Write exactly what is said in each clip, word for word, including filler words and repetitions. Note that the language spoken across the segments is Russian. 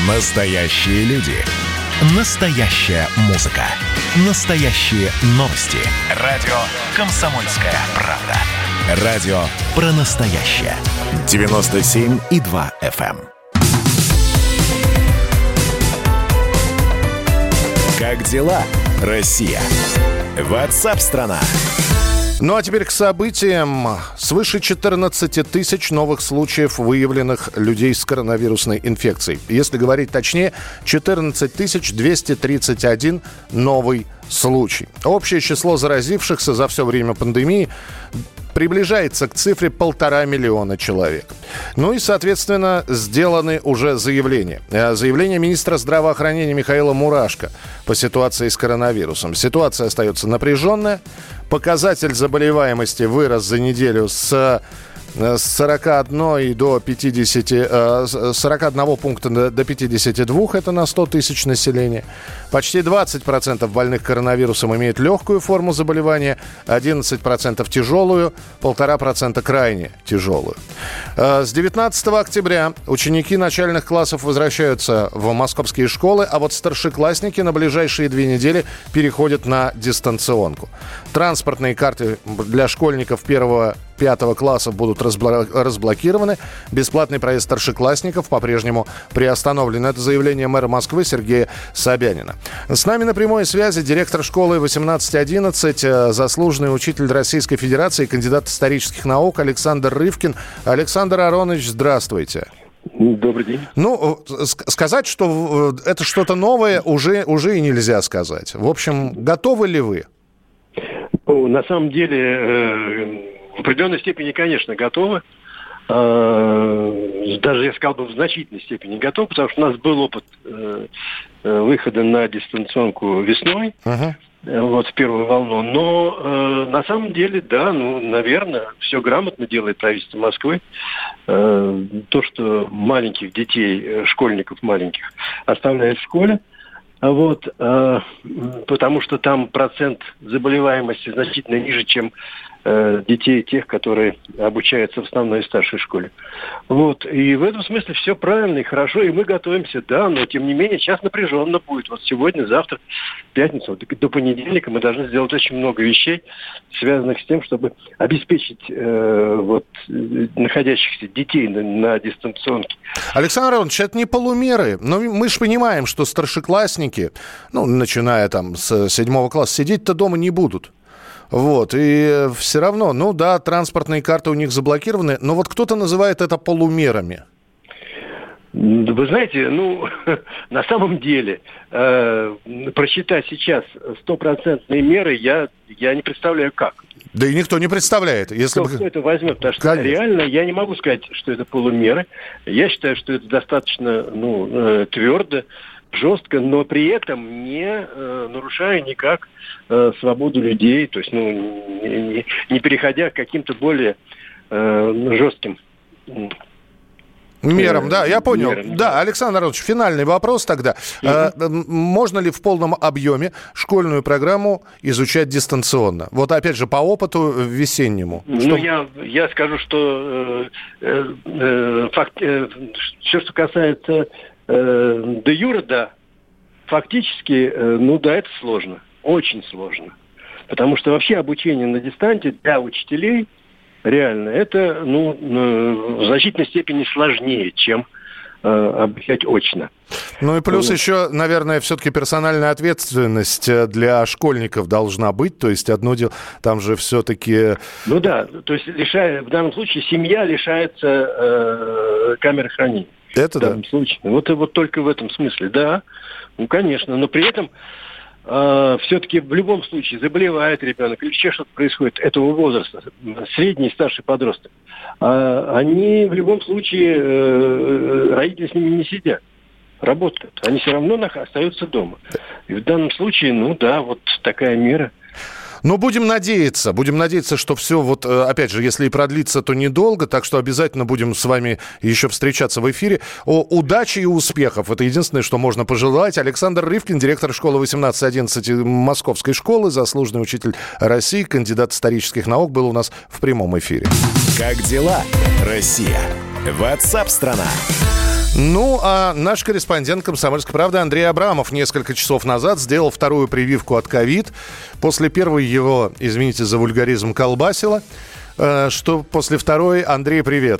Настоящие люди. Настоящая музыка. Настоящие новости. Радио «Комсомольская правда». Радио про настоящее. девяносто семь и два эф эм. Как дела, Россия? WhatsApp-страна. Ну а теперь к событиям. Свыше четырнадцати тысяч новых случаев, выявленных людей с коронавирусной инфекцией. Если говорить точнее, четырнадцать тысяч двести тридцать один новый случай. Общее число заразившихся за все время пандемии приближается к цифре полтора миллиона человек. Ну и, соответственно, сделаны уже заявления. Заявление министра здравоохранения Михаила Мурашко по ситуации с коронавирусом. Ситуация остается напряженная. Показатель заболеваемости вырос за неделю с с сорока одного до пятидесяти, с сорока одного пункта до пятидесяти двух, это на сто тысяч населения. Почти двадцать процентов больных коронавирусом имеют легкую форму заболевания, одиннадцать процентов тяжелую, полтора процента крайне тяжелую. С девятнадцатого октября ученики начальных классов возвращаются в московские школы, а вот старшеклассники на ближайшие две недели переходят на дистанционку. Транспортные карты для школьников первого пятого классов будут разблокированы. Бесплатный проезд старшеклассников по-прежнему приостановлен. Это заявление мэра Москвы Сергея Собянина. С нами на прямой связи директор школы восемнадцать одиннадцать, заслуженный учитель Российской Федерации, кандидат исторических наук Александр Рывкин. Александр Аронович, здравствуйте. Добрый день. Ну, сказать, что это что-то новое, уже, уже и нельзя сказать. В общем, готовы ли вы? Ну, на самом деле... В определенной степени, конечно, готовы. Даже, я сказал бы, в значительной степени готовы, потому что у нас был опыт выхода на дистанционку весной, uh-huh. вот, в первую волну. Но на самом деле, да, ну, наверное, все грамотно делает правительство Москвы. То, что маленьких детей, школьников маленьких, оставляют в школе, вот, э, потому что там процент заболеваемости значительно ниже, чем э, детей тех, которые обучаются в основной и старшей школе. Вот, и в этом смысле все правильно и хорошо, и мы готовимся, да, но тем не менее сейчас напряженно будет. Вот сегодня, завтра, в пятницу, вот, до понедельника мы должны сделать очень много вещей, связанных с тем, чтобы обеспечить э, вот, находящихся детей на, на дистанционке. Александр Иванович, это не полумеры, но мы же понимаем, что старшеклассники, ну, начиная там с седьмого класса, сидеть-то дома не будут. Вот, и все равно, ну да, транспортные карты у них заблокированы, но вот кто-то называет это полумерами. Вы знаете, ну, на самом деле, э, просчитать сейчас стопроцентные меры я, я не представляю как. Да и никто не представляет. Если кто, бы... кто это возьмет, потому что Конечно. реально я не могу сказать, что это полумеры. Я считаю, что это достаточно, ну, э, твердо, жестко, но при этом не э, нарушая никак э, свободу людей, то есть, ну, не, не, не переходя к каким-то более э, жестким мерам, да, я понял. Мерам, да. да, Александр Иванович, финальный вопрос тогда. Угу. А, можно ли в полном объеме школьную программу изучать дистанционно? Вот опять же, по опыту весеннему. Ну, что... я, я скажу, что э, э, факт, э, все, что касается э, де юре, да, фактически, э, ну да, это сложно, очень сложно. Потому что вообще обучение на дистанте для учителей реально, это, ну, в значительной степени сложнее, чем э, обучать очно. Ну и плюс вот. еще, наверное, все-таки персональная ответственность для школьников должна быть. То есть одно дело, там же все-таки... Ну да, то есть лишая, в данном случае семья лишается э, камеры хранения. Это в данном да. случае. Вот, вот только в этом смысле, да. Ну, конечно, но при этом... Uh, все-таки в любом случае заболевает ребенок или еще что-то происходит этого возраста, средний и старший подросток, uh, они в любом случае, uh, родители с ними не сидят, работают. Они все равно остаются дома. И в данном случае, ну да, вот такая мера. Ну, будем надеяться, будем надеяться, что все, вот, опять же, если и продлится, то недолго, так что обязательно будем с вами еще встречаться в эфире. О, удачи и успехов, это единственное, что можно пожелать. Александр Рывкин, директор школы восемнадцать одиннадцать Московской школы, заслуженный учитель России, кандидат исторических наук, был у нас в прямом эфире. Как дела, Россия? WhatsApp-страна. Ну, а наш корреспондент «Комсомольской правды» Андрей Абрамов несколько часов назад сделал вторую прививку от ковид. После первой его, извините за вульгаризм, колбасило. Что после второй? Андрей, привет.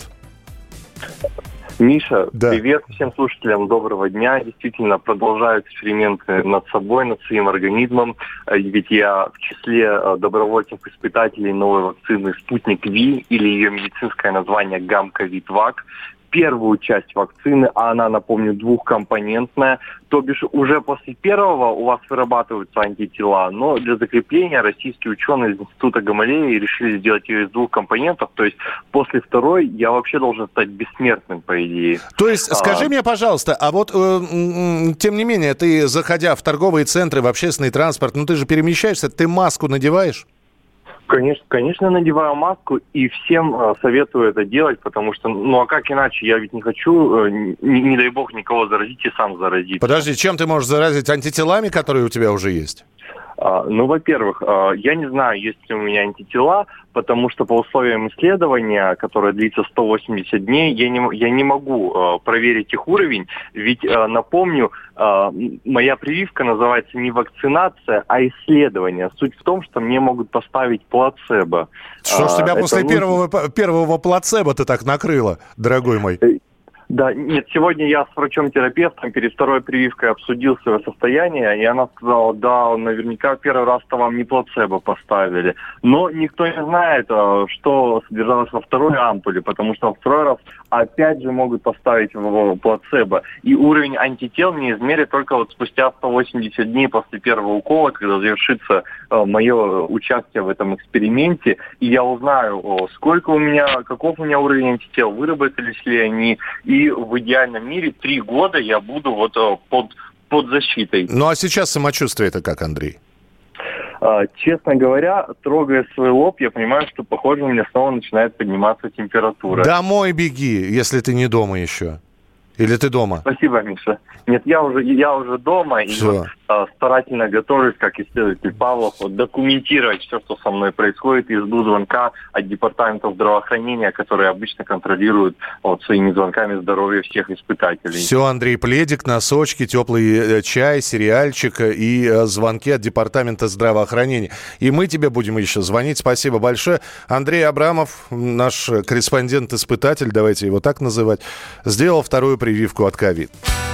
Миша, да. Привет всем слушателям, доброго дня. Действительно, продолжаю эксперименты над собой, над своим организмом. Ведь я в числе добровольцев-испытателей новой вакцины «Спутник Ви» или ее медицинское название «Гамковид-Вак». Первую часть вакцины, а она, напомню, двухкомпонентная, то бишь уже после первого у вас вырабатываются антитела, но для закрепления российские ученые из Института Гамалеи решили сделать ее из двух компонентов, то есть после второй я вообще должен стать бессмертным, по идее. То есть, скажи а... мне, пожалуйста, а вот, э, тем не менее, ты, заходя в торговые центры, в общественный транспорт, ну ты же перемещаешься, ты маску надеваешь? Конечно, конечно, надеваю маску и всем э, советую это делать, потому что, ну а как иначе, я ведь не хочу, э, не, не дай бог, никого заразить и сам заразить. Подожди, чем ты можешь заразить? Антителами, которые у тебя уже есть? А, ну, во-первых, э, я не знаю, есть ли у меня антитела, потому что по условиям исследования, которое длится сто восемьдесят дней, я не, я не могу э, проверить их уровень, ведь, э, напомню, э, моя прививка называется не вакцинация, а исследование. Суть в том, что мне могут поставить плацебо. Что ж тебя а, после это... первого, первого плацебо ты так накрыло, дорогой мой? Да, нет, сегодня я с врачом-терапевтом перед второй прививкой обсудил свое состояние, и она сказала, да, наверняка первый раз-то вам не плацебо поставили. Но никто не знает, что содержалось во второй ампуле, потому что во второй раз опять же могут поставить в плацебо. И уровень антител мне измерят только вот спустя сто восемьдесят дней после первого укола, когда завершится мое участие в этом эксперименте, и я узнаю, сколько у меня, каков у меня уровень антител, выработались ли они. И в идеальном мире три года я буду вот под, под защитой. Ну а сейчас самочувствие-то как, Андрей? А, честно говоря, трогая свой лоб, я понимаю, что, похоже, у меня снова начинает подниматься температура. Домой беги, если ты не дома еще. Или ты дома? Спасибо, Миша. Нет, я уже, я уже дома и вот, а, старательно готовлюсь, как исследователь Павлов, вот, документировать все, что со мной происходит, и жду звонка от департаментов здравоохранения, которые обычно контролируют вот, своими звонками здоровье всех испытателей. Все, Андрей, пледик, носочки, теплый чай, сериальчик и э, звонки от департамента здравоохранения. И мы тебе будем еще звонить. Спасибо большое. Андрей Абрамов, наш корреспондент-испытатель, давайте его так называть, сделал вторую прививку от ковид.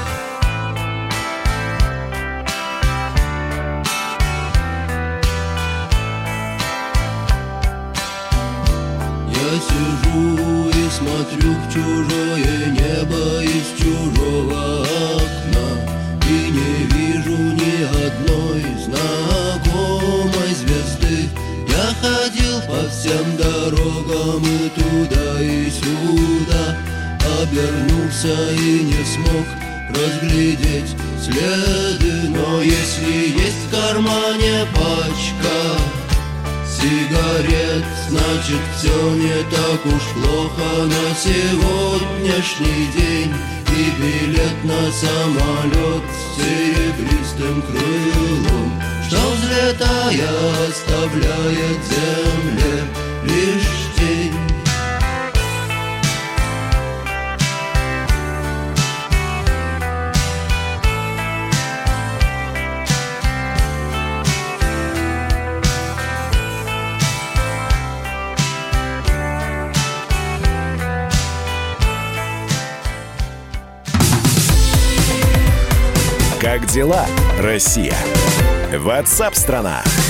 Я сижу и смотрю в чужое небо из чужого окна и не вижу ни одной знакомой звезды. Я ходил по всем дорогам и туда, и сюда, обернулся и не смог разглядеть следы. Но если есть в кармане пачка сигарет, значит все не так уж плохо на сегодняшний день. И билет на самолет с серебристым крылом, что взлетая оставляет земле лишь тень. Как дела, Россия? WhatsApp-страна.